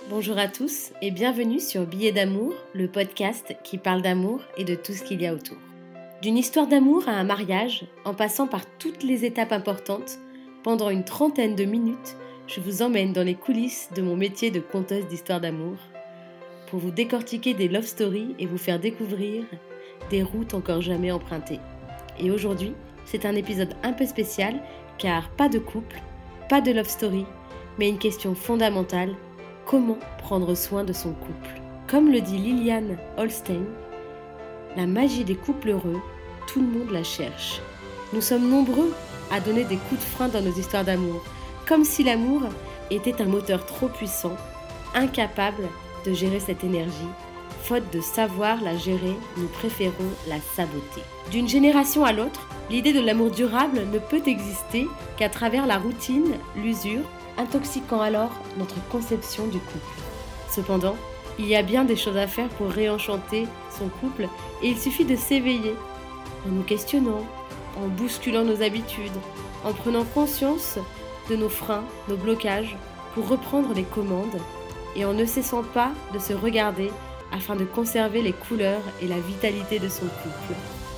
Bonjour à tous et bienvenue sur Billets d'amour, le podcast qui parle d'amour et de tout ce qu'il y a autour. D'une histoire d'amour à un mariage, en passant par toutes les étapes importantes, pendant une trentaine de minutes, je vous emmène dans les coulisses de mon métier de conteuse d'histoires d'amour pour vous décortiquer des love stories et vous faire découvrir des routes encore jamais empruntées. Et aujourd'hui, c'est un épisode un peu spécial car pas de couple, pas de love story, mais une question fondamentale: comment prendre soin de son couple? Comme le dit Liliane Holstein, la magie des couples heureux, tout le monde la cherche. Nous sommes nombreux à donner des coups de frein dans nos histoires d'amour, comme si l'amour était un moteur trop puissant, incapable de gérer cette énergie. Faute de savoir la gérer, nous préférons la saboter. D'une génération à l'autre, l'idée de l'amour durable ne peut exister qu'à travers la routine, l'usure, intoxiquant alors notre conception du couple. Cependant, il y a bien des choses à faire pour réenchanter son couple et il suffit de s'éveiller en nous questionnant, en bousculant nos habitudes, en prenant conscience de nos freins, nos blocages pour reprendre les commandes et en ne cessant pas de se regarder afin de conserver les couleurs et la vitalité de son couple.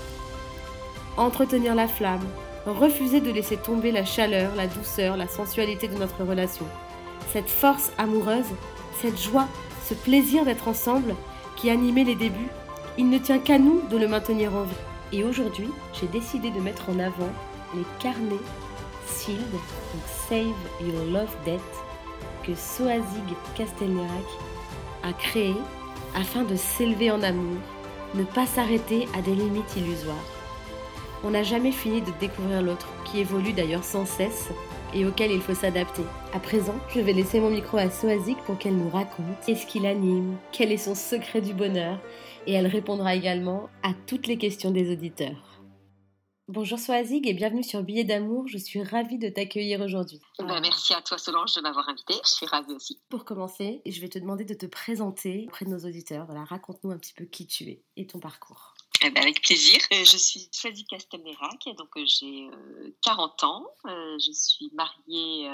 Entretenir la flamme, refuser de laisser tomber la chaleur, la douceur, la sensualité de notre relation. Cette force amoureuse, cette joie, ce plaisir d'être ensemble qui animait les débuts, il ne tient qu'à nous de le maintenir en vie. Et aujourd'hui, j'ai décidé de mettre en avant les carnets Sealed, donc Save Your Love Debt, que Soazig Castelnerac a créé afin de s'élever en amour, ne pas s'arrêter à des limites illusoires. On n'a jamais fini de découvrir l'autre, qui évolue d'ailleurs sans cesse et auquel il faut s'adapter. À présent, je vais laisser mon micro à Soazig pour qu'elle nous raconte qu'est-ce qui l'anime, quel est son secret du bonheur, et elle répondra également à toutes les questions des auditeurs. Bonjour Soazig et bienvenue sur Billets d'amour, je suis ravie de t'accueillir aujourd'hui. Merci à toi Solange de m'avoir invitée, je suis ravie aussi. Pour commencer, je vais te demander de te présenter auprès de nos auditeurs. Voilà, raconte-nous un petit peu qui tu es et ton parcours. Avec plaisir. Je suis Soazig Castelnerac, donc j'ai 40 ans. Je suis mariée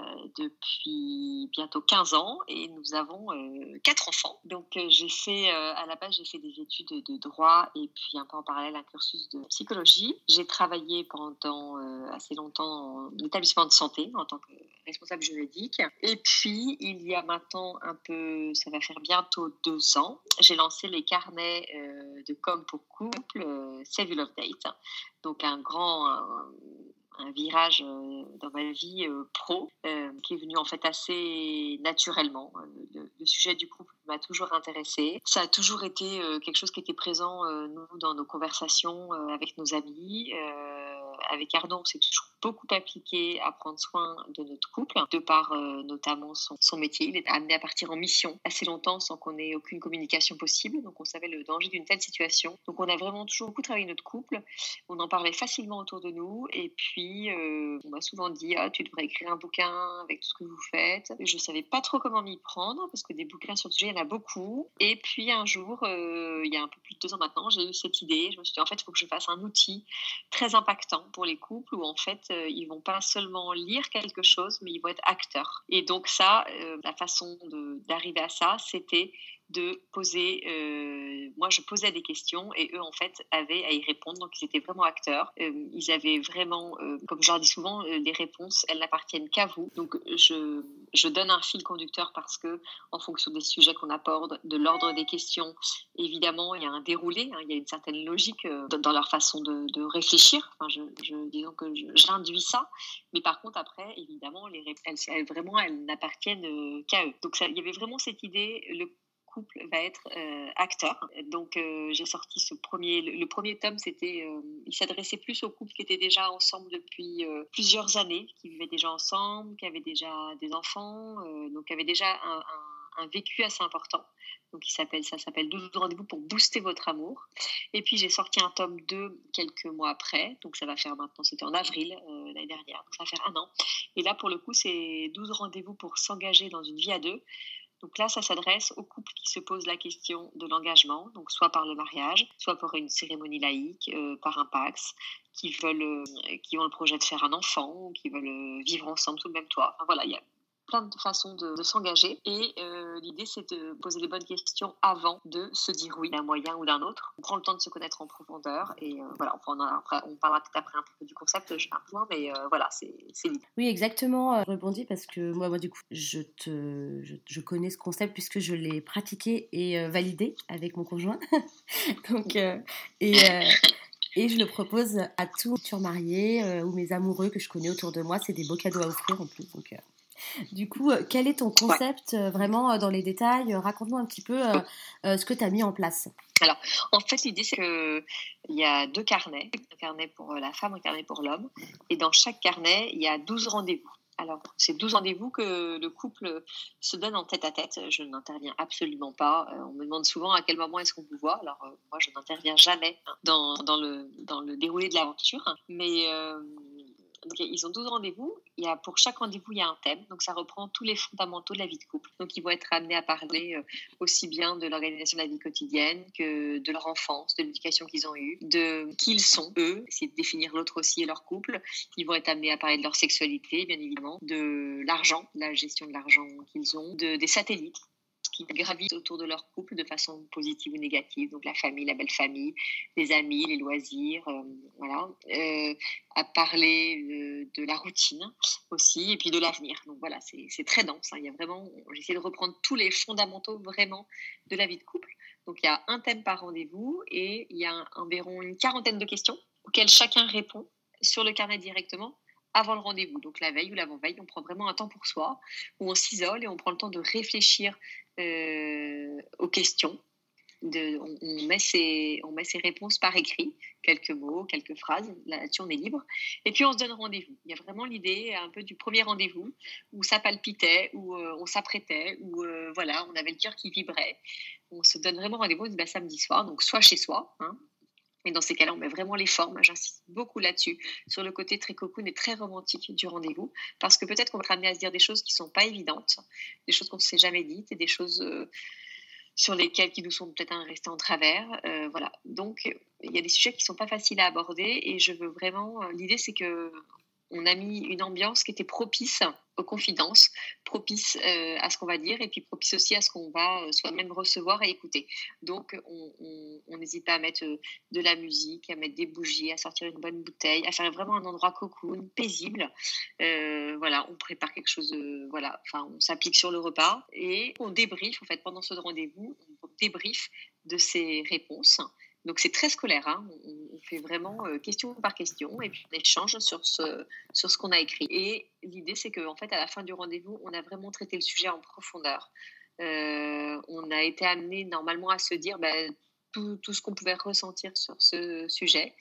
depuis bientôt 15 ans et nous avons 4 enfants. Donc j'ai fait, à la base, j'ai fait des études de droit et puis un peu en parallèle un cursus de psychologie. J'ai travaillé pendant assez longtemps en établissement de santé en tant que responsable juridique. Et puis, il y a maintenant ça va faire bientôt 2 ans, j'ai lancé les carnets de com pour couple, Save Your Love Date. Donc un virage dans ma vie pro qui est venu en fait assez naturellement. Le sujet du couple m'a toujours intéressée. Ça a toujours été quelque chose qui était présent nous dans nos conversations avec nos amis. Avec Arnaud, on s'est toujours beaucoup appliqué à prendre soin de notre couple, de par notamment son métier. Il est amené à partir en mission assez longtemps sans qu'on ait aucune communication possible. Donc on savait le danger d'une telle situation. Donc on a vraiment toujours beaucoup travaillé notre couple. On en parlait facilement autour de nous. Et puis on m'a souvent dit: tu devrais écrire un bouquin avec tout ce que vous faites. Je ne savais pas trop comment m'y prendre parce que des bouquins sur le sujet, il y en a beaucoup. Et puis un jour, il y a un peu plus de 2 ans maintenant, j'ai eu cette idée. Je me suis dit, en fait, il faut que je fasse un outil très impactant pour les couples où en fait ils vont pas seulement lire quelque chose mais ils vont être acteurs. Et donc ça, la façon d'arriver à ça, c'était de poser, moi je posais des questions et eux en fait avaient à y répondre, donc ils étaient vraiment acteurs. Ils avaient vraiment, comme je leur dis souvent, les réponses elles n'appartiennent qu'à vous. Donc je donne un fil conducteur parce que en fonction des sujets qu'on aborde, de l'ordre des questions, évidemment il y a un déroulé, il y a une certaine logique dans leur façon de réfléchir. Enfin, disons que j'induis ça, mais par contre après évidemment les réponses elles n'appartiennent qu'à eux. Donc il y avait vraiment cette idée, le couple va être acteur. Donc j'ai sorti le premier tome, il s'adressait plus aux couples qui étaient déjà ensemble depuis plusieurs années, qui vivaient déjà ensemble, qui avaient déjà des enfants, donc qui avaient déjà un vécu assez important. Donc ça s'appelle 12 rendez-vous pour booster votre amour. Et puis j'ai sorti un tome 2 quelques mois après, donc ça va faire maintenant, c'était en avril l'année dernière, donc ça va faire 1 an. Et là pour le coup c'est 12 rendez-vous pour s'engager dans une vie à deux. Donc là, ça s'adresse aux couples qui se posent la question de l'engagement, donc soit par le mariage, soit par une cérémonie laïque, par un PACS, qui ont le projet de faire un enfant, ou qui veulent vivre ensemble sous le même toit. Enfin, voilà, il y a plein de façons de s'engager. Et l'idée, c'est de poser les bonnes questions avant de se dire oui d'un moyen ou d'un autre. On prend le temps de se connaître en profondeur. Et voilà, on parlera peut-être après un peu du concept, je fais un point, mais voilà, c'est l'idée. Oui, exactement. Je rebondis parce que moi du coup, je connais ce concept puisque je l'ai pratiqué et validé avec mon conjoint. Donc, et je le propose à tous futurs mariés ou mes amoureux que je connais autour de moi. C'est des beaux cadeaux à offrir en plus. Donc, du coup, quel est ton concept vraiment dans les détails? Raconte-moi un petit peu ce que tu as mis en place. Alors, en fait, l'idée, c'est qu'il y a 2 carnets, un carnet pour la femme, un carnet pour l'homme. Et dans chaque carnet, il y a 12 rendez-vous. Alors, c'est 12 rendez-vous que le couple se donne en tête-à-tête. Je n'interviens absolument pas. On me demande souvent à quel moment est-ce qu'on vous voit. Alors, moi, je n'interviens jamais dans le déroulé de l'aventure. Mais donc, ils ont 12 rendez-vous. Pour chaque rendez-vous, il y a un thème. Donc, ça reprend tous les fondamentaux de la vie de couple. Donc, ils vont être amenés à parler aussi bien de l'organisation de la vie quotidienne que de leur enfance, de l'éducation qu'ils ont eue, de qui ils sont, eux, essayer de définir l'autre aussi et leur couple. Ils vont être amenés à parler de leur sexualité, bien évidemment, de l'argent, la gestion de l'argent qu'ils ont, des satellites qui gravitent autour de leur couple de façon positive ou négative, donc la famille, la belle famille, les amis, les loisirs, voilà, à parler de la routine aussi, et puis de l'avenir. Donc voilà, c'est très dense, hein. Il y a vraiment, j'essaie de reprendre tous les fondamentaux vraiment de la vie de couple. Donc il y a un thème par rendez-vous et il y a environ une quarantaine de questions auxquelles chacun répond sur le carnet directement avant le rendez-vous. Donc la veille ou l'avant-veille, on prend vraiment un temps pour soi, où on s'isole et on prend le temps de réfléchir aux questions. On met ses réponses par écrit, quelques mots, quelques phrases, là-dessus on est libre. Et puis on se donne rendez-vous. Il y a vraiment l'idée un peu du premier rendez-vous, où ça palpitait, où on s'apprêtait, où voilà, on avait le cœur qui vibrait. On se donne vraiment rendez-vous, on dit samedi soir, donc soit chez soi, hein. Et dans ces cas-là, on met vraiment les formes. J'insiste beaucoup là-dessus, sur le côté très cocoon et très romantique du rendez-vous. Parce que peut-être qu'on va être amené à se dire des choses qui ne sont pas évidentes, des choses qu'on ne s'est jamais dites et des choses sur lesquelles qui nous sont peut-être restés en travers. Voilà. Donc, il y a des sujets qui ne sont pas faciles à aborder. Et je veux vraiment... L'idée, c'est qu'on a mis une ambiance qui était propice aux confidences, propice à ce qu'on va dire et puis propice aussi à ce qu'on va soi-même recevoir et écouter. Donc, on n'hésite pas à mettre de la musique, à mettre des bougies, à sortir une bonne bouteille, à faire vraiment un endroit cocoon, paisible. Voilà, on prépare quelque chose, voilà, enfin, on s'applique sur le repas et on débriefe, en fait, pendant ce rendez-vous, on débriefe de ces réponses. Donc, c'est très scolaire, hein. On fait vraiment question par question et puis on échange sur ce qu'on a écrit. Et l'idée, c'est qu'en fait, à la fin du rendez-vous, on a vraiment traité le sujet en profondeur. On a été amené normalement à se dire tout ce qu'on pouvait ressentir sur ce sujet.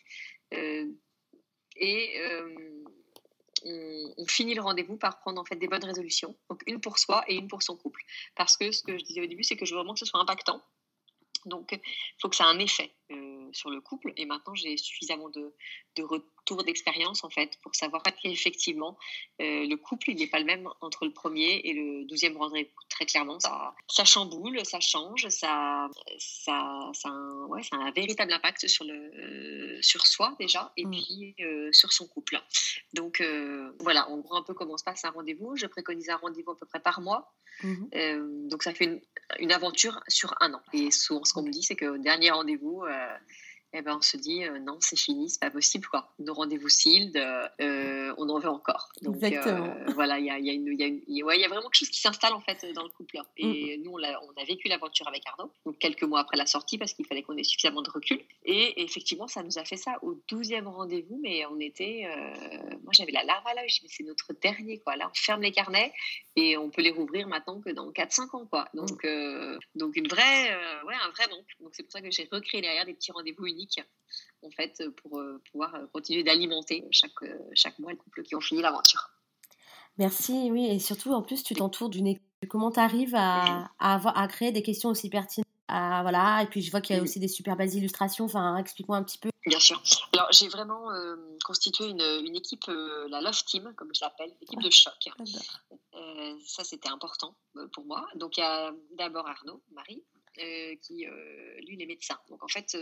On finit le rendez-vous par prendre en fait des bonnes résolutions, donc une pour soi et une pour son couple. Parce que ce que je disais au début, c'est que je veux vraiment que ce soit impactant. Donc, il faut que ça ait un effet sur le couple. Et maintenant, j'ai suffisamment de retours d'expérience, en fait, pour savoir qu'effectivement, le couple, il n'est pas le même entre le premier et le 12e rendez-vous. Très clairement, ça chamboule, ça change, ça a un véritable impact sur soi, déjà, et puis sur son couple. Donc, voilà, en gros, un peu comment se passe un rendez-vous. Je préconise un rendez-vous à peu près par mois. Donc ça fait une aventure sur 1 an. Et souvent, ce qu'on me dit, c'est qu'au dernier rendez-vous, on se dit non, c'est fini, c'est pas possible, quoi. Nos rendez-vous sealed, on en veut encore. Donc voilà, il y a vraiment quelque chose qui s'installe en fait dans le couple. Et nous, on a vécu l'aventure avec Arnaud, donc quelques mois après la sortie, parce qu'il fallait qu'on ait suffisamment de recul. Et effectivement, ça nous a fait ça au 12e rendez-vous, mais on était, moi j'avais la larme à l'œil, je me suis dit, mais c'est notre dernier, quoi. Là, on ferme les carnets et on peut les rouvrir maintenant que dans 4-5 ans, quoi. Donc un vrai manque. Donc c'est pour ça que j'ai recréé derrière des petits rendez-vous uniques, en fait, pour pouvoir continuer d'alimenter chaque mois le couple qui ont fini l'aventure. Merci, oui, et surtout en plus tu t'entoures d'une équipe. Comment tu arrives à créer des questions aussi pertinentes? Voilà, et puis je vois qu'il y a aussi des super belles illustrations. Enfin, explique-moi un petit peu. Bien sûr. Alors, j'ai vraiment constitué une équipe, la Love Team, comme je l'appelle, l'équipe de choc. Ça, c'était important pour moi. Donc, il y a d'abord Arnaud, Marie, qui, lui, il est médecin. Donc, en fait,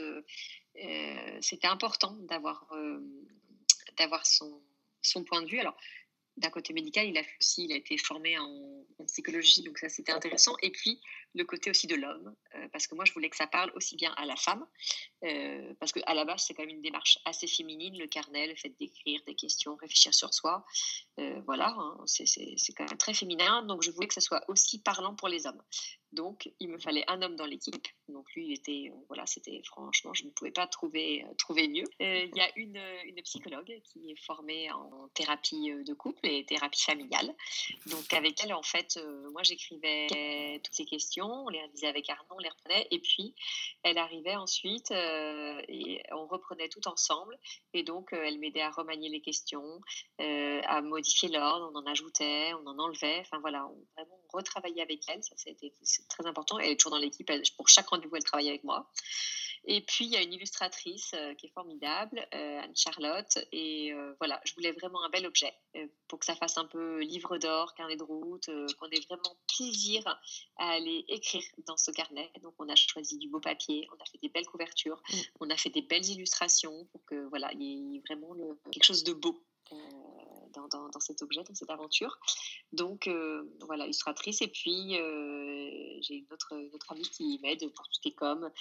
c'était important d'avoir son point de vue. Alors, d'un côté médical, il a été formé en psychologie, donc ça c'était intéressant. Et puis le côté aussi de l'homme, parce que moi je voulais que ça parle aussi bien à la femme, parce qu'à la base c'est quand même une démarche assez féminine, le carnet, le fait d'écrire des questions, réfléchir sur soi, voilà, hein, c'est quand même très féminin, donc je voulais que ça soit aussi parlant pour les hommes. Donc il me fallait un homme dans l'équipe, donc lui il était, voilà, c'était franchement, je ne pouvais pas trouver mieux. Il y a une psychologue qui est formée en thérapie de couple et thérapie familiale, donc avec elle en fait, moi j'écrivais toutes les questions, on les révisait avec Arnaud, on les reprenait, et puis elle arrivait ensuite et on reprenait tout ensemble, et donc elle m'aidait à remanier les questions, à modifier l'ordre, on en ajoutait, on en enlevait, enfin voilà, vraiment on retravaillait avec elle, c'est très important. Elle est toujours dans l'équipe, pour chaque rendez-vous elle travaille avec moi. Et puis il y a une illustratrice qui est formidable, Anne-Charlotte, et voilà, je voulais vraiment un bel objet pour que ça fasse un peu livre d'or, carnet de route, qu'on ait vraiment plaisir à aller écrire dans ce carnet. Donc on a choisi du beau papier, on a fait des belles couvertures, on a fait des belles illustrations pour que voilà, il y ait vraiment quelque chose de beau dans cet objet, dans cette aventure. Donc voilà, illustratrice. Et puis j'ai une autre amie qui m'aide pour tout ce qui est com,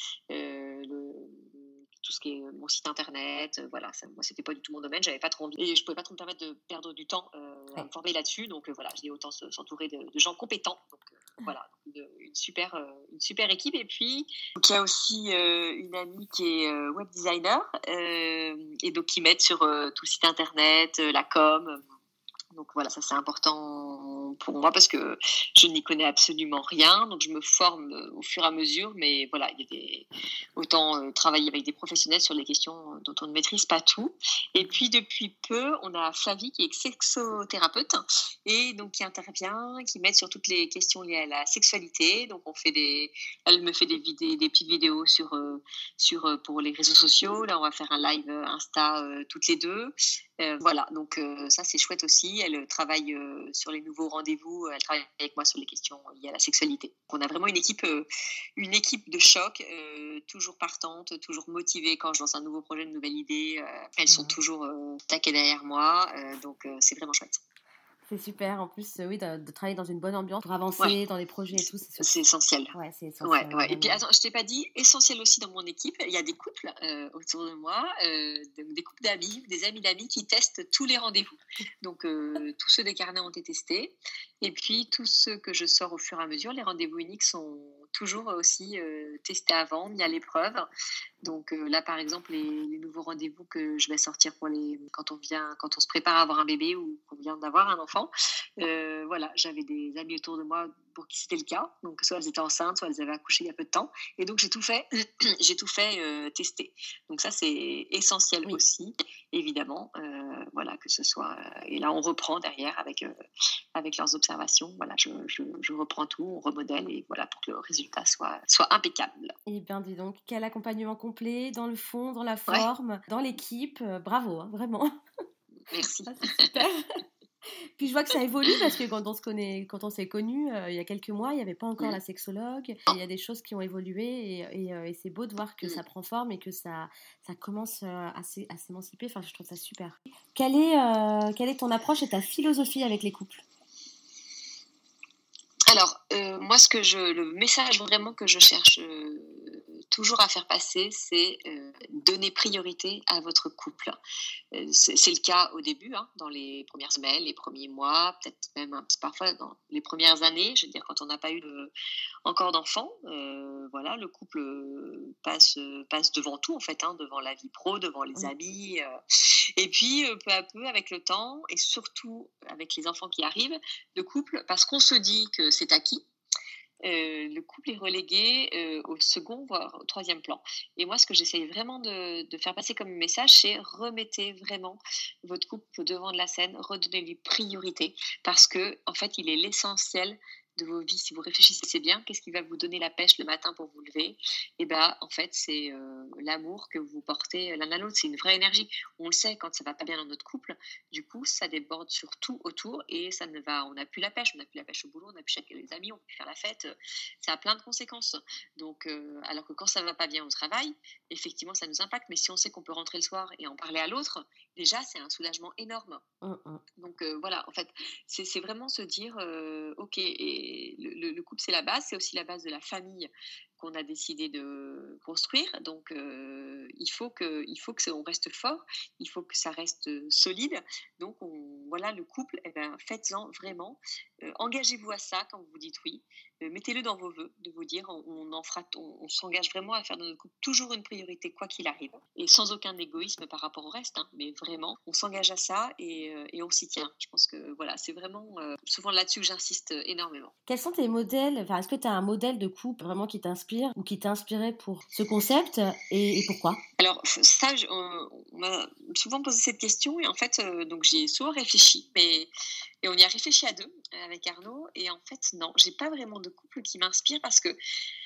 tout ce qui est mon site internet. Voilà, moi c'était pas du tout mon domaine, j'avais pas trop envie et je pouvais pas trop me permettre de perdre du temps à me former là-dessus. Donc voilà, je dis autant s'entourer de gens compétents. Donc voilà, une super équipe. Et puis donc, il y a aussi une amie qui est web designer et donc qui m'aide sur tout le site internet, la com. Donc voilà, ça c'est important pour moi parce que je n'y connais absolument rien. Donc je me forme au fur et à mesure, mais voilà, il y a autant travailler avec des professionnels sur les questions dont on ne maîtrise pas tout. Et puis depuis peu, on a Flavie qui est sexothérapeute et donc qui intervient, qui m'aide sur toutes les questions liées à la sexualité. Donc elle me fait des petites vidéos pour les réseaux sociaux. Là, on va faire un live Insta toutes les deux. Voilà, donc ça c'est chouette aussi. Elle travaille sur les nouveaux rendez-vous, elle travaille avec moi sur les questions liées à la sexualité. On a vraiment une équipe de choc, toujours partante, toujours motivée quand je lance un nouveau projet, une nouvelle idée. Elles sont toujours taquées derrière moi, donc c'est vraiment chouette. C'est super, en plus, oui, de travailler dans une bonne ambiance pour avancer dans les projets et tout, c'est essentiel. Ouais, c'est essentiel. Ouais. Et puis, attends, je t'ai pas dit, essentiel aussi dans mon équipe, il y a des couples autour de moi, des couples d'amis, des amis d'amis qui testent tous les rendez-vous. Donc, tous ceux des carnets ont été testés. Et puis, tous ceux que je sors au fur et à mesure, les rendez-vous uniques sont toujours aussi testés avant, mis à l'épreuve. Donc là, par exemple, les nouveaux rendez-vous que je vais sortir quand on se prépare à avoir un bébé ou qu'on vient d'avoir un enfant, voilà, j'avais des amis autour de moi pour qui c'était le cas. Donc soit elles étaient enceintes, soit elles avaient accouché il y a peu de temps. Et donc j'ai tout fait tester. Donc ça c'est essentiel aussi, évidemment. Voilà, que ce soit. Et là on reprend derrière avec leurs observations. Voilà, je reprends tout, on remodèle et voilà pour que le résultat soit impeccable. Eh bien, dis donc, quel accompagnement complet dans le fond, dans la forme, dans l'équipe. Bravo, hein, vraiment. Merci. Ça, c'est super. Puis je vois que ça évolue parce que quand on s'est connus il y a quelques mois, il n'y avait pas encore la sexologue. Il y a des choses qui ont évolué et c'est beau de voir que ça prend forme et que ça commence à s'émanciper. Enfin, je trouve ça super. Quelle est ton approche et ta philosophie avec les couples ? Alors, moi, le message vraiment que je cherche toujours à faire passer, c'est donner priorité à votre couple. C'est le cas au début, hein, dans les premières semaines, les premiers mois, peut-être même un petit parfois dans les premières années. Je veux dire, quand on n'a pas eu encore d'enfants, voilà, le couple passe devant tout en fait, hein, devant la vie pro, devant les amis. Et puis, peu à peu, avec le temps, et surtout avec les enfants qui arrivent, le couple, parce qu'on se dit que c'est acquis, le couple est relégué au second, voire au troisième plan. Et moi, ce que j'essaye vraiment de faire passer comme message, c'est remettez vraiment votre couple au devant de la scène, redonnez-lui priorité, parce que en fait, il est l'essentiel de vos vies, si vous réfléchissez bien, qu'est-ce qui va vous donner la pêche le matin pour vous lever? Et ben, en fait, c'est l'amour que vous portez l'un à l'autre. C'est une vraie énergie. On le sait quand ça va pas bien dans notre couple. Du coup, ça déborde sur tout autour et ça ne va. On n'a plus la pêche. On n'a plus la pêche au boulot. On n'a plus chez les amis. On peut plus faire la fête. Ça a plein de conséquences. Donc, alors que quand ça va pas bien au travail, effectivement, ça nous impacte. Mais si on sait qu'on peut rentrer le soir et en parler à l'autre, déjà, c'est un soulagement énorme. Donc voilà, en fait, c'est vraiment se dire, ok, et le couple c'est la base, c'est aussi la base de la famille qu'on a décidé de construire. Donc il faut que on reste fort, il faut que ça reste solide. Donc voilà, le couple, eh ben, faites-en vraiment. Engagez-vous à ça quand vous vous dites oui. Mettez-le dans vos vœux, de vous dire on s'engage vraiment à faire de notre couple toujours une priorité quoi qu'il arrive, et sans aucun égoïsme par rapport au reste, hein, mais vraiment on s'engage à ça et on s'y tient. Je pense que voilà, c'est vraiment souvent là-dessus que j'insiste énormément. Quels sont tes modèles? Enfin, est-ce que tu as un modèle de couple vraiment qui t'inspire ou qui t'a inspiré pour ce concept et pourquoi? Alors ça, on m'a souvent posé cette question et en fait, donc j'y ai souvent réfléchi, mais et on y a réfléchi à deux avec Arnaud, et en fait non, j'ai pas vraiment de couple qui m'inspire parce que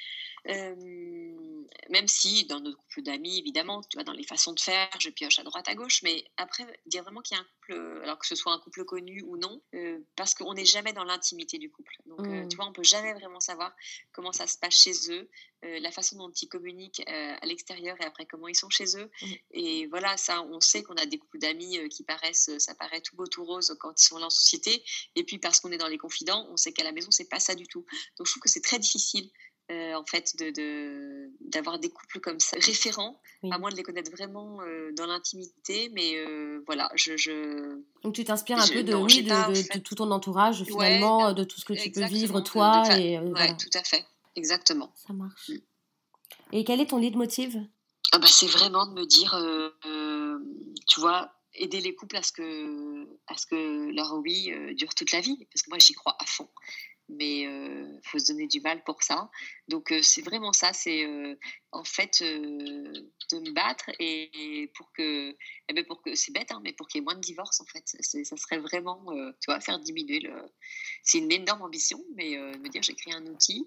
même si dans notre couple d'amis, évidemment, tu vois, dans les façons de faire, je pioche à droite, à gauche, mais après, dire vraiment qu'il y a un couple, alors que ce soit un couple connu ou non, parce qu'on n'est jamais dans l'intimité du couple. Donc, tu vois, on peut jamais vraiment savoir comment ça se passe chez eux, la façon dont ils communiquent à l'extérieur et après comment ils sont chez eux. Et voilà, ça, on sait qu'on a des couples d'amis qui ça paraît tout beau, tout rose quand ils sont là en société. Et puis, parce qu'on est dans les confidents, on sait qu'à la maison, c'est pas ça du tout. Donc, je trouve que c'est très difficile en fait, d'avoir des couples comme ça, référents, à moins de les connaître vraiment dans l'intimité. Mais voilà, Donc tu t'inspires un peu de tout ton entourage, finalement, ouais, de tout ce que tu peux exactement, vivre, toi. ouais, Voilà. tout à fait, exactement. Ça marche. Et quel est ton leitmotiv? Bah, c'est vraiment de me dire, tu vois, aider les couples à ce que leur oui dure toute la vie. Parce que moi, j'y crois à fond. Mais il faut se donner du mal pour ça. Donc c'est vraiment ça, c'est en fait de me battre et pour que c'est bête, hein, mais pour qu'il y ait moins de divorces en fait. Ça serait vraiment, tu vois, faire diminuer c'est une énorme ambition, mais me dire j'ai créé un outil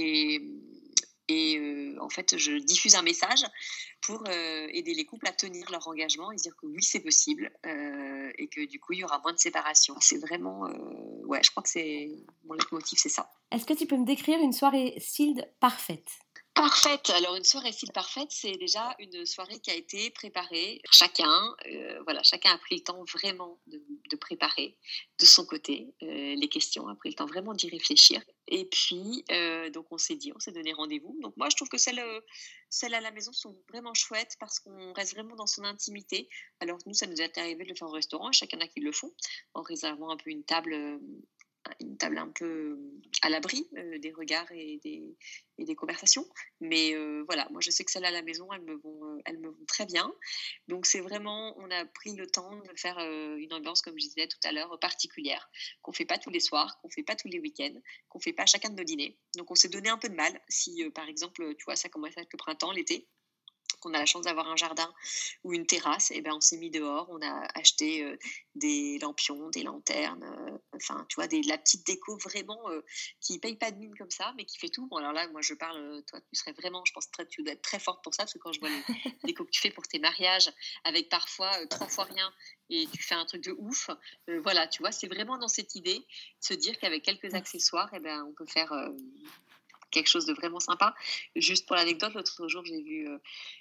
et en fait, je diffuse un message pour aider les couples à tenir leur engagement et dire que oui, c'est possible et que du coup, il y aura moins de séparation. C'est vraiment, ouais, je crois que c'est mon leitmotiv, c'est ça. Est-ce que tu peux me décrire une soirée SILD parfaite? Parfaite. Alors une soirée SILD parfaite, c'est déjà une soirée qui a été préparée. Chacun, voilà, chacun a pris le temps vraiment de préparer de son côté les questions, a pris le temps vraiment d'y réfléchir. Et puis donc on s'est donné rendez-vous. Donc moi je trouve que celles à la maison sont vraiment chouettes parce qu'on reste vraiment dans son intimité. Alors nous ça nous est arrivé de le faire au restaurant, chacun a qui le font, en réservant un peu une table un peu à l'abri des regards et des conversations. Mais voilà, moi je sais que celles à la maison, elles me vont très bien. Donc c'est vraiment, on a pris le temps de faire une ambiance, comme je disais tout à l'heure, particulière, qu'on fait pas tous les soirs, qu'on fait pas tous les week-ends, qu'on fait pas à chacun de nos dîners. Donc on s'est donné un peu de mal. Si par exemple, tu vois, ça commence avec le printemps, l'été, qu'on a la chance d'avoir un jardin ou une terrasse, et ben on s'est mis dehors, on a acheté des lampions, des lanternes, enfin tu vois, de la petite déco vraiment qui paye pas de mine comme ça, mais qui fait tout. Bon alors là, moi je parle, toi tu serais vraiment, je pense que tu dois être très forte pour ça, parce que quand je vois les décos que tu fais pour tes mariages, avec parfois 3 fois rien, et tu fais un truc de ouf, voilà, tu vois, c'est vraiment dans cette idée de se dire qu'avec quelques accessoires, et ben on peut faire quelque chose de vraiment sympa. Juste pour l'anecdote, l'autre jour, j'ai vu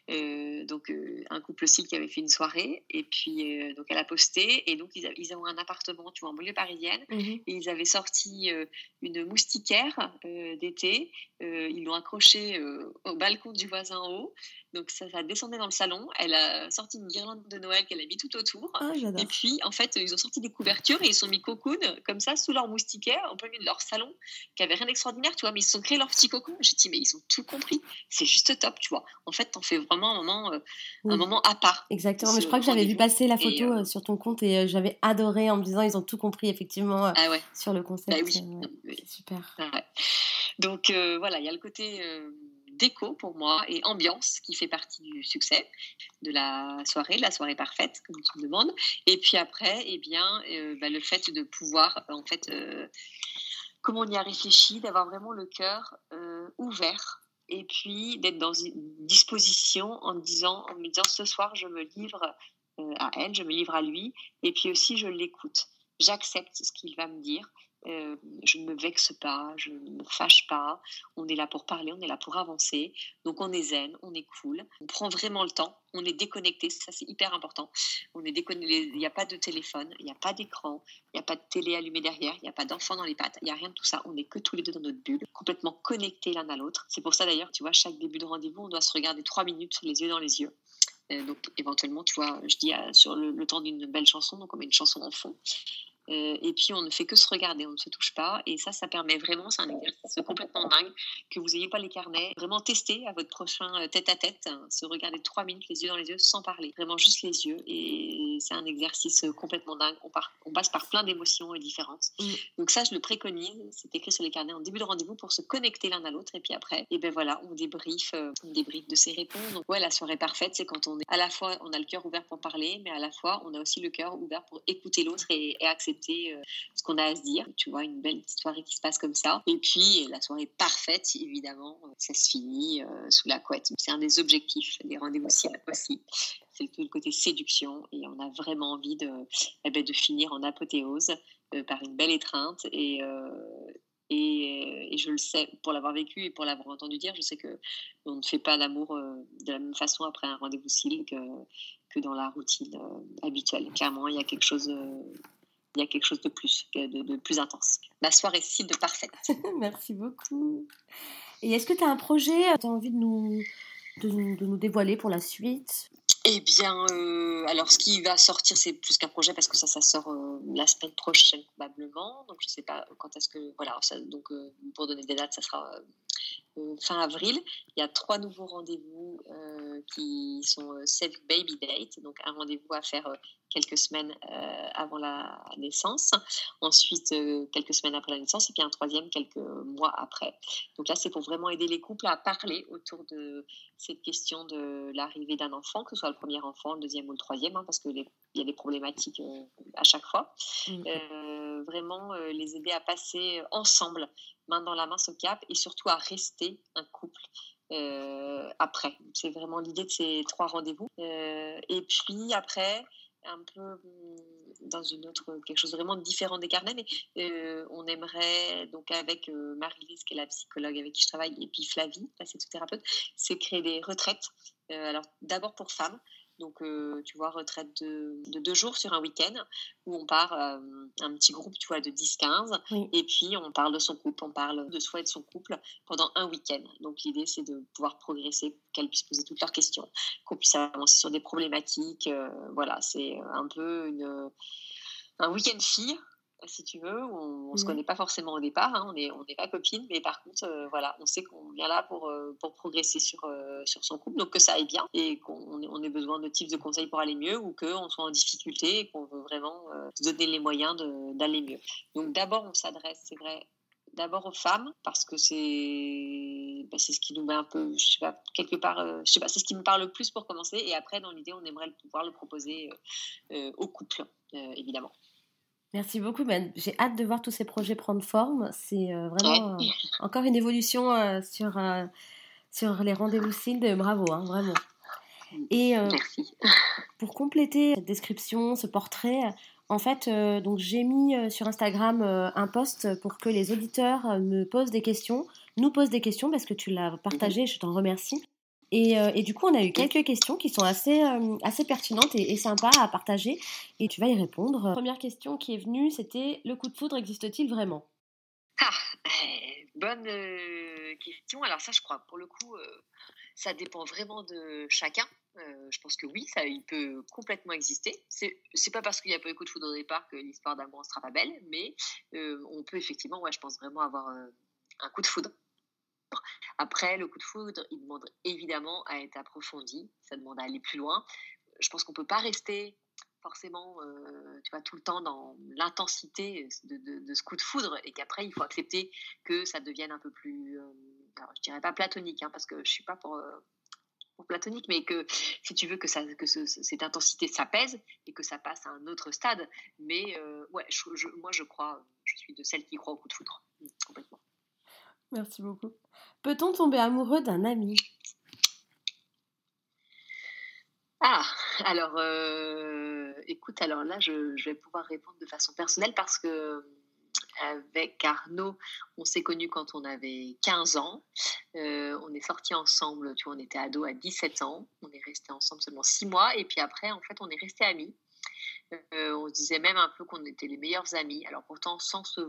un couple aussi qui avait fait une soirée, et puis donc elle a posté, et donc ils ont un appartement, tu vois, en banlieue parisienne, et ils avaient sorti une moustiquaire d'été, ils l'ont accrochée au balcon du voisin en haut, donc ça descendait dans le salon, elle a sorti une guirlande de Noël qu'elle a mis tout autour, et puis en fait ils ont sorti des couvertures et ils sont mis cocoon comme ça sous leur moustiquaire en plein milieu de leur salon, qui avait rien d'extraordinaire, tu vois, mais ils se sont créés leur petit cocon. J'ai dit mais ils ont tout compris, c'est juste top, tu vois, en fait t'en fais vraiment un moment à part. Exactement, mais je crois que j'avais vu passer la photo sur ton compte et j'avais adoré en me disant ils ont tout compris effectivement sur le concept. Bah oui. C'est super. Ouais. Donc voilà, il y a le côté déco pour moi et ambiance qui fait partie du succès de la soirée parfaite comme tu me demandes, et puis après le fait de pouvoir en fait comme on y a réfléchi, d'avoir vraiment le cœur ouvert et puis d'être dans une disposition en me disant ce soir je me livre à elle, je me livre à lui et puis aussi je l'écoute. J'accepte ce qu'il va me dire. Je ne me vexe pas, je ne me fâche pas. On est là pour parler, on est là pour avancer. Donc on est zen, on est cool. On prend vraiment le temps. On est déconnecté, ça c'est hyper important. On est déconnecté. Il n'y a pas de téléphone, il n'y a pas d'écran, il n'y a pas de télé allumée derrière, il n'y a pas d'enfant dans les pattes, il n'y a rien de tout ça. On n'est que tous les deux dans notre bulle, complètement connectés l'un à l'autre. C'est pour ça d'ailleurs, tu vois, chaque début de rendez-vous, on doit se regarder 3 minutes les yeux dans les yeux. Donc éventuellement, tu vois, je dis sur le temps d'une belle chanson, donc on met une chanson en fond. Et puis on ne fait que se regarder, on ne se touche pas et ça permet vraiment, c'est un exercice complètement dingue, que vous n'ayez pas les carnets, vraiment tester à votre prochain tête-à-tête, se regarder 3 minutes les yeux dans les yeux sans parler, vraiment juste les yeux et c'est un exercice complètement dingue, on passe par plein d'émotions différentes. Donc ça je le préconise, c'est écrit sur les carnets en début de rendez-vous pour se connecter l'un à l'autre et puis après, et ben voilà, on débriefe de ses réponses. Donc ouais, la soirée parfaite, c'est quand on est à la fois, on a le cœur ouvert pour parler, mais à la fois on a aussi le cœur ouvert pour écouter l'autre et accepter ce qu'on a à se dire, tu vois, une belle petite soirée qui se passe comme ça. Et puis la soirée parfaite, évidemment, ça se finit sous la couette. C'est un des objectifs des rendez-vous ciel aussi. C'est tout le côté séduction et on a vraiment envie de finir en apothéose par une belle étreinte et je le sais, pour l'avoir vécu et pour l'avoir entendu dire, je sais qu'on ne fait pas l'amour de la même façon après un rendez-vous ciel que dans la routine habituelle. Clairement, il y a quelque chose de plus, de plus intense. Ma soirée cible parfaite. Merci beaucoup. Et est-ce que tu as un projet, tu as envie de nous dévoiler pour la suite ? Eh bien, alors ce qui va sortir, c'est plus qu'un projet parce que ça sort la semaine prochaine probablement. Donc je ne sais pas quand est-ce que... Voilà, donc pour donner des dates, ça sera fin avril. Il y a 3 nouveaux rendez-vous qui sont Save Baby Date, donc un rendez-vous à faire quelques semaines avant la naissance, ensuite quelques semaines après la naissance, et puis un 3e quelques mois après. Donc là, c'est pour vraiment aider les couples à parler autour de cette question de l'arrivée d'un enfant, que ce soit le premier enfant, le 2e ou le 3e, parce qu'il y a des problématiques à chaque fois. Vraiment les aider à passer ensemble, main dans la main, ce cap, et surtout à rester un couple après. C'est vraiment l'idée de ces 3 rendez-vous. Et puis après, un peu dans quelque chose vraiment différent des carnets, mais on aimerait, donc avec Marie-Lise, qui est la psychologue avec qui je travaille, et puis Flavie, la sexothérapeute, c'est créer des retraites. Alors d'abord pour femmes, donc tu vois, retraite de 2 jours sur un week-end où on part un petit groupe, tu vois, de 10-15, oui. Et puis on parle de son couple, on parle de soi et de son couple pendant un week-end. Donc l'idée, c'est de pouvoir progresser, qu'elles puissent poser toutes leurs questions, qu'on puisse avancer sur des problématiques. Voilà, c'est un peu un week-end fille, si tu veux, où on ne se connaît pas forcément au départ, on n'est pas copines, mais par contre, voilà, on sait qu'on vient là pour progresser sur son couple, donc que ça aille bien et qu'on ait besoin de tips de conseils pour aller mieux ou qu'on soit en difficulté et qu'on veut vraiment se donner les moyens d'aller mieux. Donc d'abord, on s'adresse, c'est vrai, d'abord aux femmes parce que c'est ce qui nous met un peu, je sais pas, quelque part, c'est ce qui me parle le plus pour commencer, et après, dans l'idée, on aimerait pouvoir le proposer aux couples, évidemment. Merci beaucoup, Ben. J'ai hâte de voir tous ces projets prendre forme. C'est vraiment encore une évolution sur les rendez-vous SILD. Bravo, vraiment. Et pour compléter cette description, ce portrait, en fait, donc j'ai mis sur Instagram un post pour que les auditeurs nous posent des questions, parce que tu l'as partagé, je t'en remercie. Et du coup, on a eu quelques questions qui sont assez pertinentes et sympas à partager, et tu vas y répondre. La première question qui est venue, c'était: le coup de foudre existe-t-il vraiment ? Bonne question. Alors ça, je crois, pour le coup, ça dépend vraiment de chacun. Je pense que oui, il peut complètement exister. C'est pas parce qu'il n'y a pas eu coup de foudre au départ que l'histoire d'amour ne sera pas belle, mais on peut effectivement, je pense vraiment avoir un coup de foudre. Après, le coup de foudre, il demande évidemment à être approfondi, ça demande à aller plus loin. Je pense qu'on ne peut pas rester forcément tu vois, tout le temps dans l'intensité de ce coup de foudre, et qu'après, il faut accepter que ça devienne un peu plus, alors, je ne dirais pas platonique, parce que je ne suis pas pour platonique, mais que si tu veux que cette intensité s'apaise et que ça passe à un autre stade. Mais ouais, moi je crois, je suis de celles qui croient au coup de foudre, complètement. Merci beaucoup. Peut-on tomber amoureux d'un ami ? Ah, alors, écoute, alors là, je vais pouvoir répondre de façon personnelle parce que avec Arnaud, on s'est connus quand on avait 15 ans. On est sortis ensemble, tu vois, on était ados à 17 ans. On est restés ensemble seulement 6 mois. Et puis après, en fait, on est restés amis. On se disait même un peu qu'on était les meilleurs amis. Alors pourtant, sans se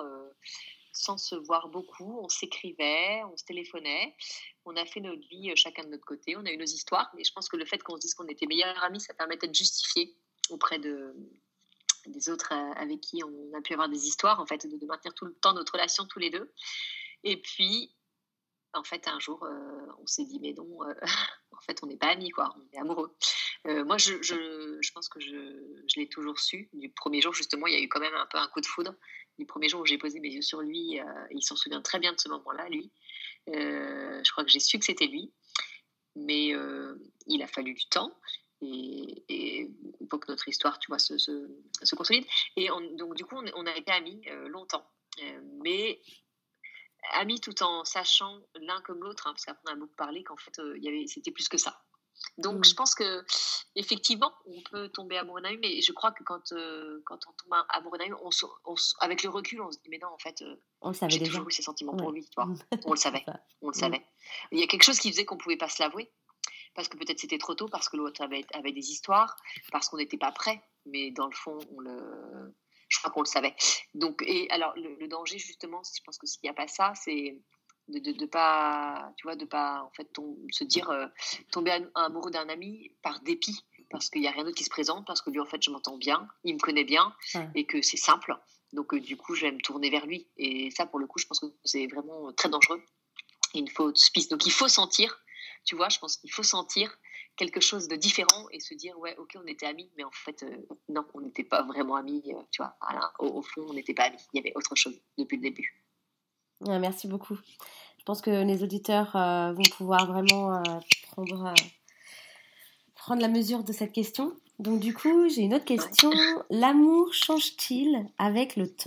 voir beaucoup, on s'écrivait, on se téléphonait, on a fait notre vie chacun de notre côté, on a eu nos histoires, mais je pense que le fait qu'on se dise qu'on était meilleurs amis, ça permettait de justifier auprès des autres avec qui on a pu avoir des histoires, en fait, de maintenir tout le temps notre relation tous les deux. Et puis, en fait, un jour, on s'est dit, mais non, en fait, on n'est pas amis, quoi, on est amoureux. Moi, je pense que je l'ai toujours su. Du premier jour, justement, il y a eu quand même un peu un coup de foudre. Du premier jour où j'ai posé mes yeux sur lui, il s'en souvient très bien de ce moment-là, lui. Je crois que j'ai su que c'était lui. Mais il a fallu du temps et pour que notre histoire, tu vois, se consolide. Et donc, du coup, on a été amis longtemps. Mais amis tout en sachant l'un comme l'autre, hein, parce qu'après on a beaucoup parlé qu'en fait c'était plus que ça. Donc je pense que effectivement on peut tomber amoureux d'un ami, mais je crois que quand on tombe amoureux d'un ami, avec le recul on se dit mais non en fait on le savait j'ai déjà. toujours eu ces sentiments pour lui, tu vois. On le savait, on le savait. Il y a quelque chose qui faisait qu'on pouvait pas se l'avouer parce que peut-être c'était trop tôt, parce que l'autre avait des histoires, parce qu'on n'était pas prêt, mais dans le fond je crois qu'on le savait. Donc, et alors, le danger, justement, je pense que s'il n'y a pas ça, c'est de pas, tu vois, de pas, en fait, se dire, tomber amoureux d'un ami par dépit, parce qu'il n'y a rien d'autre qui se présente, parce que lui, en fait, je m'entends bien, il me connaît bien, et que c'est simple. Donc, du coup, je vais me tourner vers lui. Et ça, pour le coup, je pense que c'est vraiment très dangereux. Il faut piste. Donc, il faut sentir, tu vois, je pense qu'il faut sentir quelque chose de différent et se dire ouais ok on était amis mais en fait non on n'était pas vraiment amis tu vois voilà, au fond on n'était pas amis, il y avait autre chose depuis le début. Merci beaucoup. Je pense que les auditeurs vont pouvoir vraiment prendre la mesure de cette question. Donc du coup j'ai une autre question. L'amour change-t-il avec le temps ?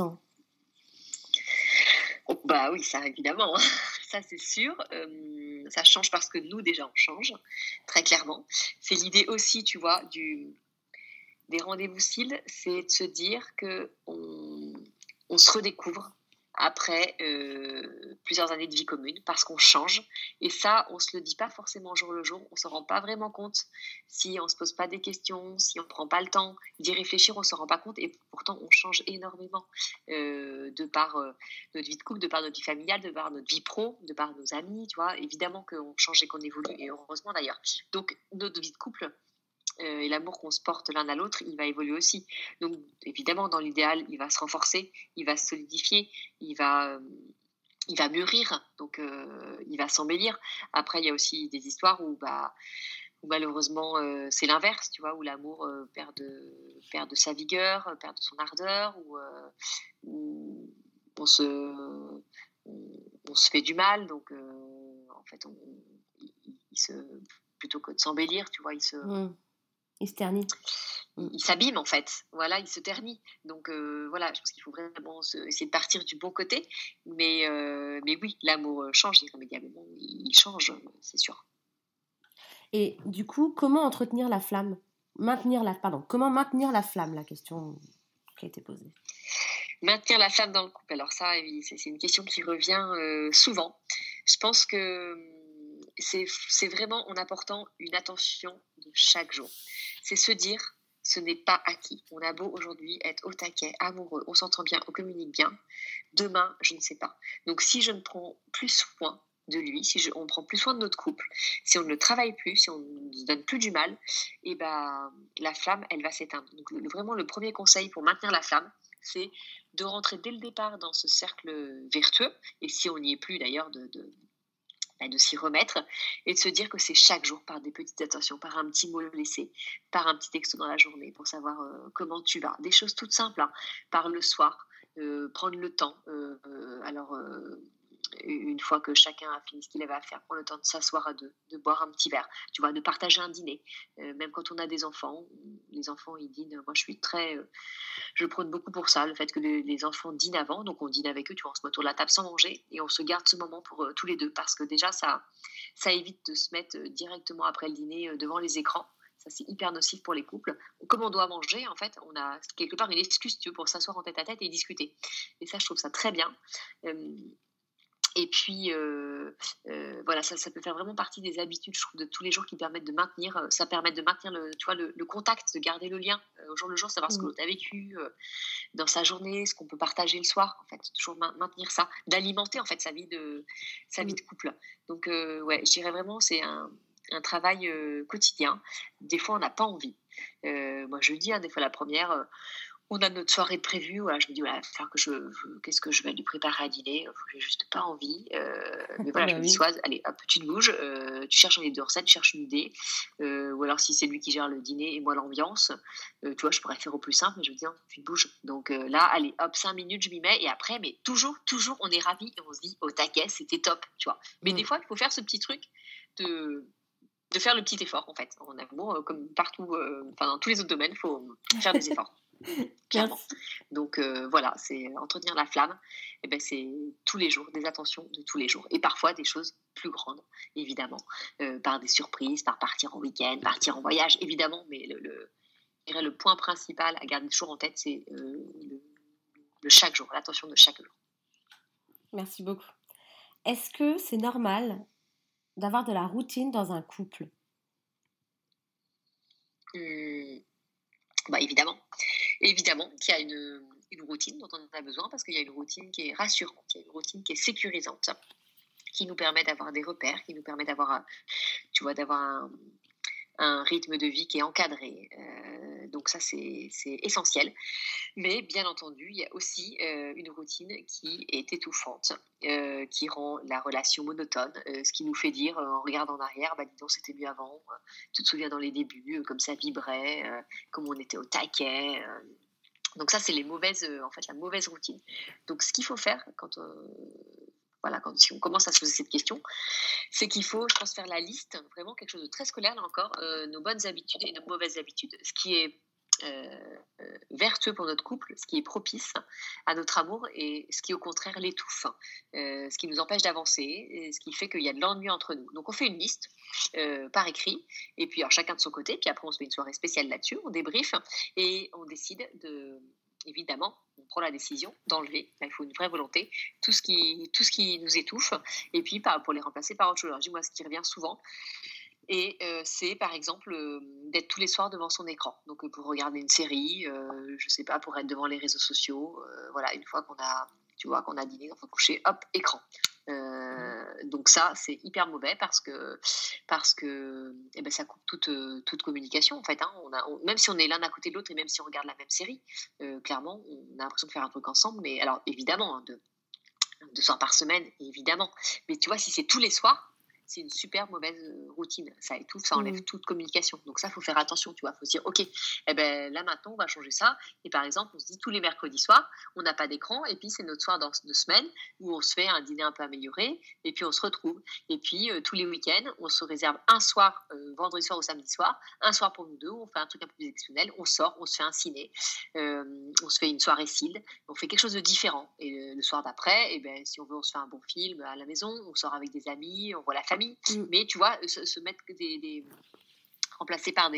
Oh, bah oui ça évidemment ça c'est sûr, ça change parce que nous déjà on change très clairement. C'est l'idée aussi tu vois des rendez-vous styles, c'est de se dire qu'on se redécouvre après plusieurs années de vie commune parce qu'on change. Et ça, on ne se le dit pas forcément jour le jour. On ne se rend pas vraiment compte si on ne se pose pas des questions, si on ne prend pas le temps d'y réfléchir, on ne se rend pas compte. Et pourtant, on change énormément de par notre vie de couple, de par notre vie familiale, de par notre vie pro, de par nos amis. Tu vois, évidemment qu'on change et qu'on évolue, et heureusement d'ailleurs. Donc, notre vie de couple et l'amour qu'on se porte l'un à l'autre, il va évoluer aussi. Donc, évidemment, dans l'idéal, il va se renforcer, il va se solidifier, il va mûrir, donc il va s'embellir. Après, il y a aussi des histoires où malheureusement, c'est l'inverse, tu vois, où l'amour perd de sa vigueur, perd de son ardeur, où on se fait du mal. Donc, en fait, plutôt que de s'embellir, tu vois, il se ternit. Il s'abîme en fait, voilà, il se ternit. Donc voilà, je pense qu'il faut vraiment essayer de partir du bon côté. Mais oui, l'amour change irrémédiablement, il change, c'est sûr. Et du coup, comment entretenir la flamme ? Comment maintenir la flamme, la question qui a été posée. Maintenir la flamme dans le couple, alors ça, c'est une question qui revient souvent. Je pense que c'est vraiment en apportant une attention de chaque jour. C'est se dire, ce n'est pas acquis. On a beau aujourd'hui être au taquet, amoureux, on s'entend bien, on communique bien. Demain, je ne sais pas. Donc, si je ne prends plus soin de lui, si on prend plus soin de notre couple, si on ne le travaille plus, si on ne se donne plus du mal, et ben, la flamme, elle va s'éteindre. Donc, vraiment, le premier conseil pour maintenir la flamme, c'est de rentrer dès le départ dans ce cercle vertueux. Et si on n'y est plus, d'ailleurs, de s'y remettre et de se dire que c'est chaque jour par des petites attentions, par un petit mot laissé, par un petit texto dans la journée pour savoir comment tu vas. Des choses toutes simples, hein, par le soir, prendre le temps. une fois que chacun a fini ce qu'il avait à faire, prendre le temps de s'asseoir à deux, de boire un petit verre, tu vois, de partager un dîner. Même quand on a des enfants, les enfants, ils dînent. Moi, je prône beaucoup pour ça, le fait que les enfants dînent avant. Donc, on dîne avec eux, tu vois, on se met autour de la table sans manger et on se garde ce moment pour tous les deux parce que déjà, ça évite de se mettre directement après le dîner devant les écrans. Ça, c'est hyper nocif pour les couples. Comme on doit manger, en fait, on a quelque part une excuse, tu veux, pour s'asseoir en tête à tête et discuter. Et ça, je trouve ça très bien. Et puis, voilà, ça peut faire vraiment partie des habitudes, je trouve, de tous les jours qui permettent de maintenir, ça permet de maintenir le contact, de garder le lien au jour le jour, savoir ce que l'autre a vécu dans sa journée, ce qu'on peut partager le soir, en fait, toujours maintenir ça, d'alimenter, en fait, sa vie de couple. Donc, ouais, je dirais vraiment, c'est un travail quotidien. Des fois, on n'a pas envie. Moi, je le dis, des fois, la première... on a notre soirée de prévue, voilà, je me dis, voilà, qu'est-ce que je vais lui préparer à dîner, j'ai juste pas envie. Mais voilà, je me dis, Soise, allez, hop, tu te bouges, tu cherches un livre de recettes, tu cherches une idée. Ou alors, si c'est lui qui gère le dîner et moi l'ambiance, tu vois, je pourrais faire au plus simple, mais je me dis, non, tu te bouges. Donc là, allez, hop, 5 minutes, je m'y mets. Et après, mais toujours, on est ravis et on se dit, au taquet, c'était top, tu vois. Mais des fois, il faut faire ce petit truc de faire le petit effort, en fait. En amour, comme partout, dans tous les autres domaines, il faut faire des efforts. Clairement. Donc voilà, c'est entretenir la flamme. Et ben c'est tous les jours, des attentions de tous les jours. Et parfois des choses plus grandes, évidemment, par des surprises, par partir en week-end, partir en voyage, évidemment. Mais je dirais le point principal à garder toujours en tête, c'est le chaque jour, l'attention de chaque jour. Merci beaucoup. Est-ce que c'est normal d'avoir de la routine dans un couple? Bah, évidemment qu'il y a une routine dont on a besoin parce qu'il y a une routine qui est rassurante, il y a une routine qui est sécurisante, qui nous permet d'avoir des repères, qui nous permet d'avoir un rythme de vie qui est encadré. Donc ça, c'est essentiel. Mais bien entendu, il y a aussi une routine qui est étouffante, qui rend la relation monotone, ce qui nous fait dire, en regardant en arrière, bah dis donc, c'était mieux avant. Tu te souviens dans les débuts, comme ça vibrait, comme on était au taquet. Donc ça, c'est la mauvaise routine. Donc ce qu'il faut faire si on commence à se poser cette question, c'est qu'il faut, je pense, faire la liste, vraiment quelque chose de très scolaire, là encore, nos bonnes habitudes et nos mauvaises habitudes. Ce qui est vertueux pour notre couple, ce qui est propice à notre amour et ce qui, au contraire, l'étouffe, ce qui nous empêche d'avancer et ce qui fait qu'il y a de l'ennui entre nous. Donc, on fait une liste par écrit et puis alors, chacun de son côté, puis après, on se fait une soirée spéciale là-dessus, on débriefe et on décide évidemment, on prend la décision d'enlever, là, il faut une vraie volonté, tout ce qui nous étouffe, et puis pour les remplacer par autre chose. Alors, dis-moi, ce qui revient souvent, et c'est par exemple d'être tous les soirs devant son écran. Donc pour regarder une série, je sais pas, pour être devant les réseaux sociaux, voilà, une fois qu'on a dîné, on va coucher, hop, écran. Donc ça, c'est hyper mauvais parce que ça coupe toute communication en fait. Même si on est l'un à côté de l'autre et même si on regarde la même série, clairement, on a l'impression de faire un truc ensemble. Mais alors évidemment, 2 soirs par semaine, évidemment. Mais tu vois, si c'est tous les soirs, c'est une super mauvaise routine. Ça étouffe, ça enlève toute communication. Donc ça, il faut faire attention, tu vois. Il faut se dire, OK, là maintenant, on va changer ça. Et par exemple, on se dit tous les mercredis soirs, on n'a pas d'écran. Et puis, c'est notre soir de semaine où on se fait un dîner un peu amélioré. Et puis, on se retrouve. Et puis, tous les week-ends, on se réserve un soir, vendredi soir ou samedi soir, un soir pour nous deux. On fait un truc un peu plus exceptionnel. On sort, on se fait un ciné. On se fait une soirée cible. On fait quelque chose de différent. Et le soir d'après, si on veut, on se fait un bon film à la maison. On sort avec des amis, on voit la famille. Mais tu vois, se mettre remplacés par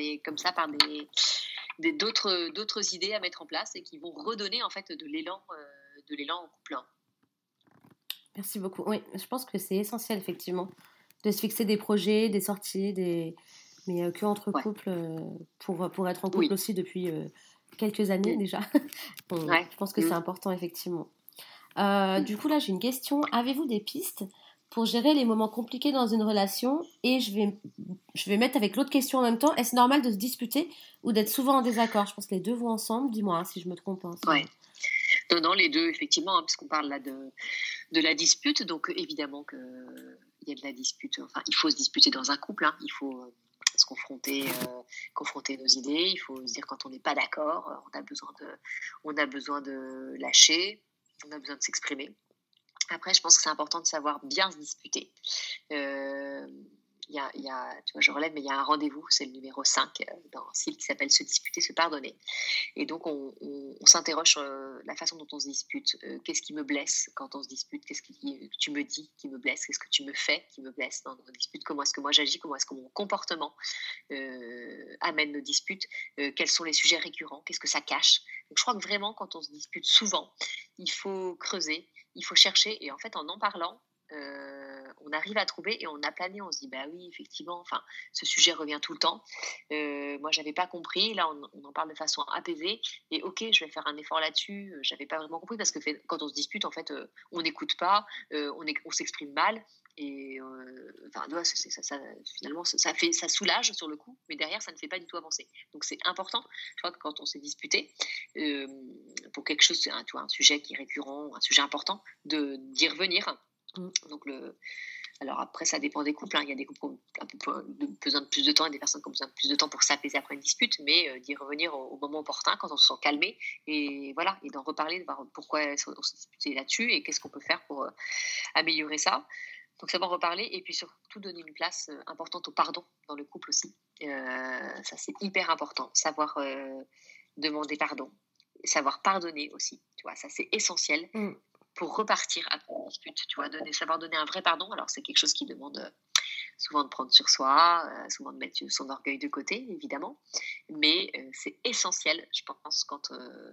d'autres idées à mettre en place et qui vont redonner en fait de l'élan au couple. Merci beaucoup. Oui, je pense que c'est essentiel effectivement de se fixer des projets, des sorties, mais que entre couples pour être en couple aussi depuis quelques années déjà. Je pense que c'est important effectivement. Du coup là j'ai une question. Avez-vous des pistes pour gérer les moments compliqués dans une relation? Et je vais mettre avec l'autre question en même temps. Est-ce normal de se disputer ou d'être souvent en désaccord? Je pense que les deux vont ensemble. Dis-moi si je me trompe. Non, les deux, effectivement, puisqu'on parle là de la dispute. Donc, évidemment qu'il y a de la dispute. Enfin, il faut se disputer dans un couple. Il faut se confronter nos idées. Il faut se dire quand on n'est pas d'accord. On a besoin de lâcher. On a besoin de s'exprimer. Après, je pense que c'est important de savoir bien se disputer. Tu vois, je relève, mais il y a un rendez-vous, c'est le numéro 5 dans un style qui s'appelle Se disputer, se pardonner. Et donc, on s'interroge sur la façon dont on se dispute. Qu'est-ce qui me blesse quand on se dispute? Qu'est-ce que tu me dis qui me blesse? Qu'est-ce que tu me fais qui me blesse dans nos disputes? Comment est-ce que moi j'agis? Comment est-ce que mon comportement amène nos disputes? Quels sont les sujets récurrents? Qu'est-ce que ça cache? Donc, je crois que vraiment, quand on se dispute souvent, il faut creuser, il faut chercher. Et en fait, en parlant, on arrive à trouver et on aplane, on se dit bah oui effectivement, enfin ce sujet revient tout le temps, moi j'avais pas compris, là on en parle de façon apaisée et ok je vais faire un effort là-dessus, j'avais pas vraiment compris parce que quand on se dispute en fait on n'écoute pas, on s'exprime mal et finalement ça soulage sur le coup mais derrière ça ne fait pas du tout avancer, donc c'est important je crois que quand on s'est disputé pour quelque chose, un sujet qui est récurrent, un sujet important, d'y revenir. Donc alors après, ça dépend des couples. Il y a des couples qui ont un peu besoin de plus de temps et des personnes qui ont besoin de plus de temps pour s'apaiser après une dispute, mais d'y revenir au moment opportun quand on se sent calmé et voilà, et d'en reparler, de voir pourquoi on s'est disputé là-dessus et qu'est-ce qu'on peut faire pour améliorer ça. Donc savoir reparler et puis surtout donner une place importante au pardon dans le couple aussi. Ça c'est hyper important, savoir demander pardon, savoir pardonner aussi. Tu vois, ça c'est essentiel. Pour repartir après une dispute, tu vois, savoir donner un vrai pardon. Alors, c'est quelque chose qui demande souvent de prendre sur soi, souvent de mettre son orgueil de côté, évidemment. Mais c'est essentiel, je pense, quand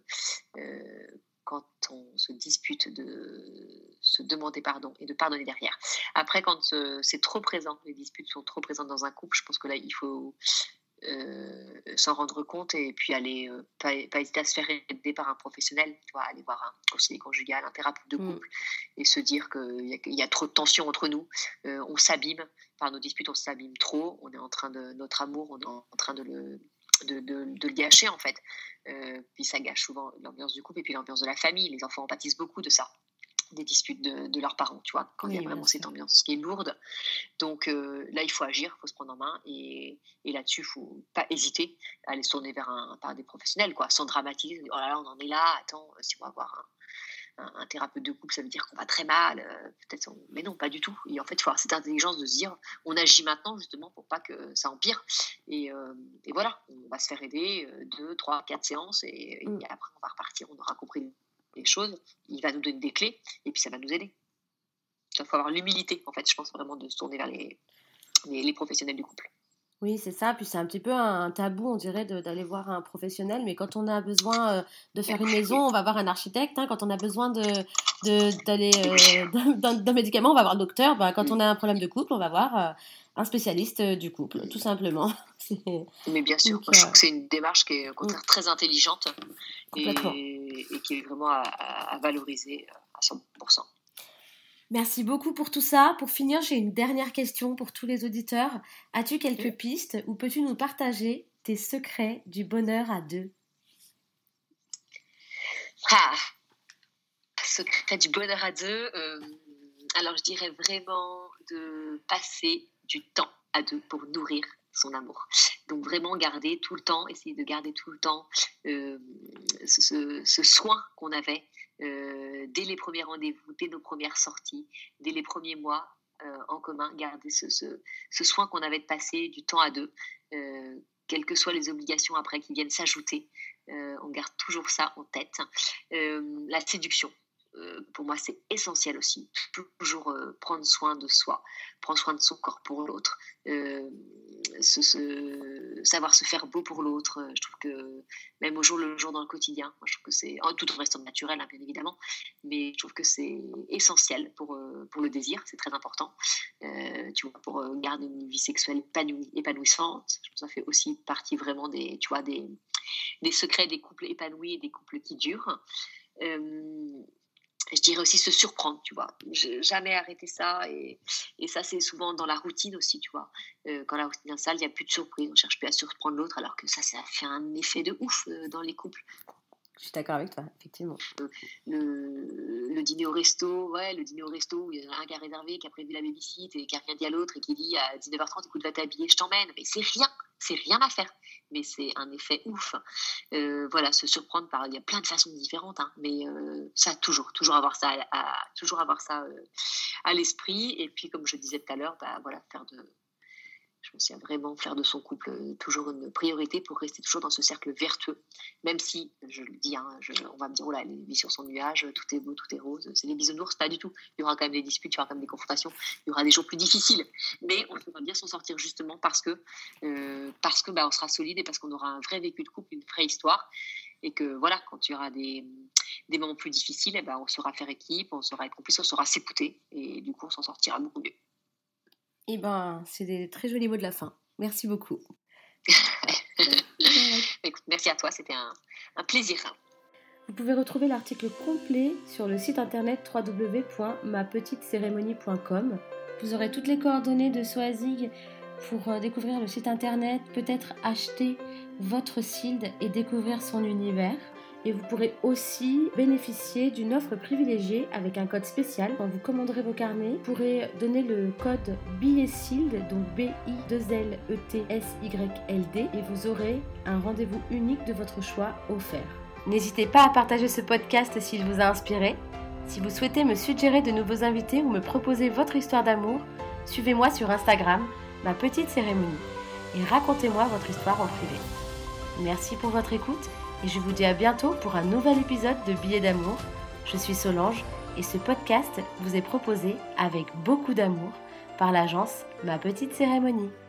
on se dispute, de se demander pardon et de pardonner derrière. Après, quand c'est trop présent, les disputes sont trop présentes dans un couple, je pense que là, il faut s'en rendre compte et puis aller pas hésiter à se faire aider par un professionnel, tu vois, aller voir un conseiller conjugal, un thérapeute de couple et se dire qu'il y a trop de tension entre nous, on s'abîme par nos disputes, on s'abîme trop, on est en train de notre amour, on est en train de le gâcher en fait, puis ça gâche souvent l'ambiance du couple et puis l'ambiance de la famille, les enfants en pâtissent beaucoup de ça, des disputes de leurs parents, tu vois, quand il y a vraiment cette ambiance qui est lourde. Donc là, il faut agir, il faut se prendre en main et là-dessus, il ne faut pas hésiter à aller se tourner par des professionnels, quoi, sans dramatiser. Oh là là, on en est là, attends, si on va voir un thérapeute de couple, ça veut dire qu'on va très mal, mais non, pas du tout. Et en fait, il faut avoir cette intelligence de se dire, on agit maintenant justement pour pas que ça empire. Et voilà, on va se faire aider 2, 3, 4 séances et après, on va repartir, on aura compris les choses, il va nous donner des clés et puis ça va nous aider. Il faut avoir l'humilité, en fait, je pense vraiment de se tourner vers les professionnels du couple. Oui, c'est ça. Puis c'est un petit peu un tabou, on dirait, d'aller voir un professionnel. Mais quand on a besoin de faire une maison, on va voir un architecte. Quand on a besoin d'aller d'un médicament, on va voir le docteur. Quand on a un problème de couple, on va voir un spécialiste du couple, tout simplement. Mais bien sûr, je trouve que c'est une démarche qui est au contraire très intelligente et qui est vraiment à valoriser à 100%. Merci beaucoup pour tout ça. Pour finir, j'ai une dernière question pour tous les auditeurs. As-tu quelques pistes ou peux-tu nous partager tes secrets du bonheur à deux? Secret du bonheur à deux. Alors, je dirais vraiment de passer du temps à deux pour nourrir son amour. Donc, vraiment garder tout le temps, essayer de garder tout le temps ce soin qu'on avait dès les premiers rendez-vous, dès nos premières sorties, dès les premiers mois en commun, garder ce soin qu'on avait de passer du temps à deux, quelles que soient les obligations après qui viennent s'ajouter. On garde toujours ça en tête. La séduction. Pour moi, c'est essentiel aussi. Toujours prendre soin de soi, prendre soin de son corps pour l'autre, savoir se faire beau pour l'autre. Je trouve que même au jour le jour dans le quotidien, moi, je trouve que c'est tout en restant naturel, bien évidemment, mais je trouve que c'est essentiel pour le désir, c'est très important. Tu vois, pour garder une vie sexuelle épanouissante, je trouve que ça fait aussi partie vraiment des secrets des couples épanouis et des couples qui durent. Je dirais aussi se surprendre, tu vois. Jamais arrêter ça. Et ça, c'est souvent dans la routine aussi, tu vois. Quand la routine s'installe, il n'y a plus de surprise. On ne cherche plus à surprendre l'autre, alors que ça fait un effet de ouf dans les couples. Je suis d'accord avec toi, effectivement. Le dîner au resto, le dîner au resto où il y en a un qui a réservé, qui a prévu la babysit et qui a rien dit à l'autre et qui dit à 19h30, écoute, va t'habiller, je t'emmène. Mais c'est rien à faire. Mais c'est un effet ouf. Se surprendre il y a plein de façons différentes, hein, mais ça, toujours avoir ça à l'esprit. Et puis, comme je disais tout à l'heure, je pense à vraiment faire de son couple toujours une priorité pour rester toujours dans ce cercle vertueux. Même si, je le dis, on va me dire, elle vit sur son nuage, tout est beau, tout est rose. C'est les bisounours, pas du tout. Il y aura quand même des disputes, il y aura quand même des confrontations, il y aura des jours plus difficiles. Mais on pourra bien s'en sortir justement parce que on sera solide et parce qu'on aura un vrai vécu de couple, une vraie histoire. Et que quand il y aura des moments plus difficiles, on saura faire équipe, on saura être complice, on saura s'écouter. Et du coup, on s'en sortira beaucoup mieux. C'est des très jolis mots de la fin. Merci beaucoup. Écoute, merci à toi, c'était un plaisir. Vous pouvez retrouver l'article complet sur le site internet www.mapetitecérémonie.com. Vous aurez toutes les coordonnées de Soazig pour découvrir le site internet, peut-être acheter votre Sild et découvrir son univers. Et vous pourrez aussi bénéficier d'une offre privilégiée avec un code spécial. Quand vous commanderez vos carnets, vous pourrez donner le code BILETSYLD, donc BILETSYLD, et vous aurez un rendez-vous unique de votre choix offert. N'hésitez pas à partager ce podcast s'il vous a inspiré. Si vous souhaitez me suggérer de nouveaux invités ou me proposer votre histoire d'amour, suivez-moi sur Instagram, ma petite cérémonie, et racontez-moi votre histoire en privé. Merci pour votre écoute. Et je vous dis à bientôt pour un nouvel épisode de Billets d'amour. Je suis Solange et ce podcast vous est proposé avec beaucoup d'amour par l'agence Ma Petite Cérémonie.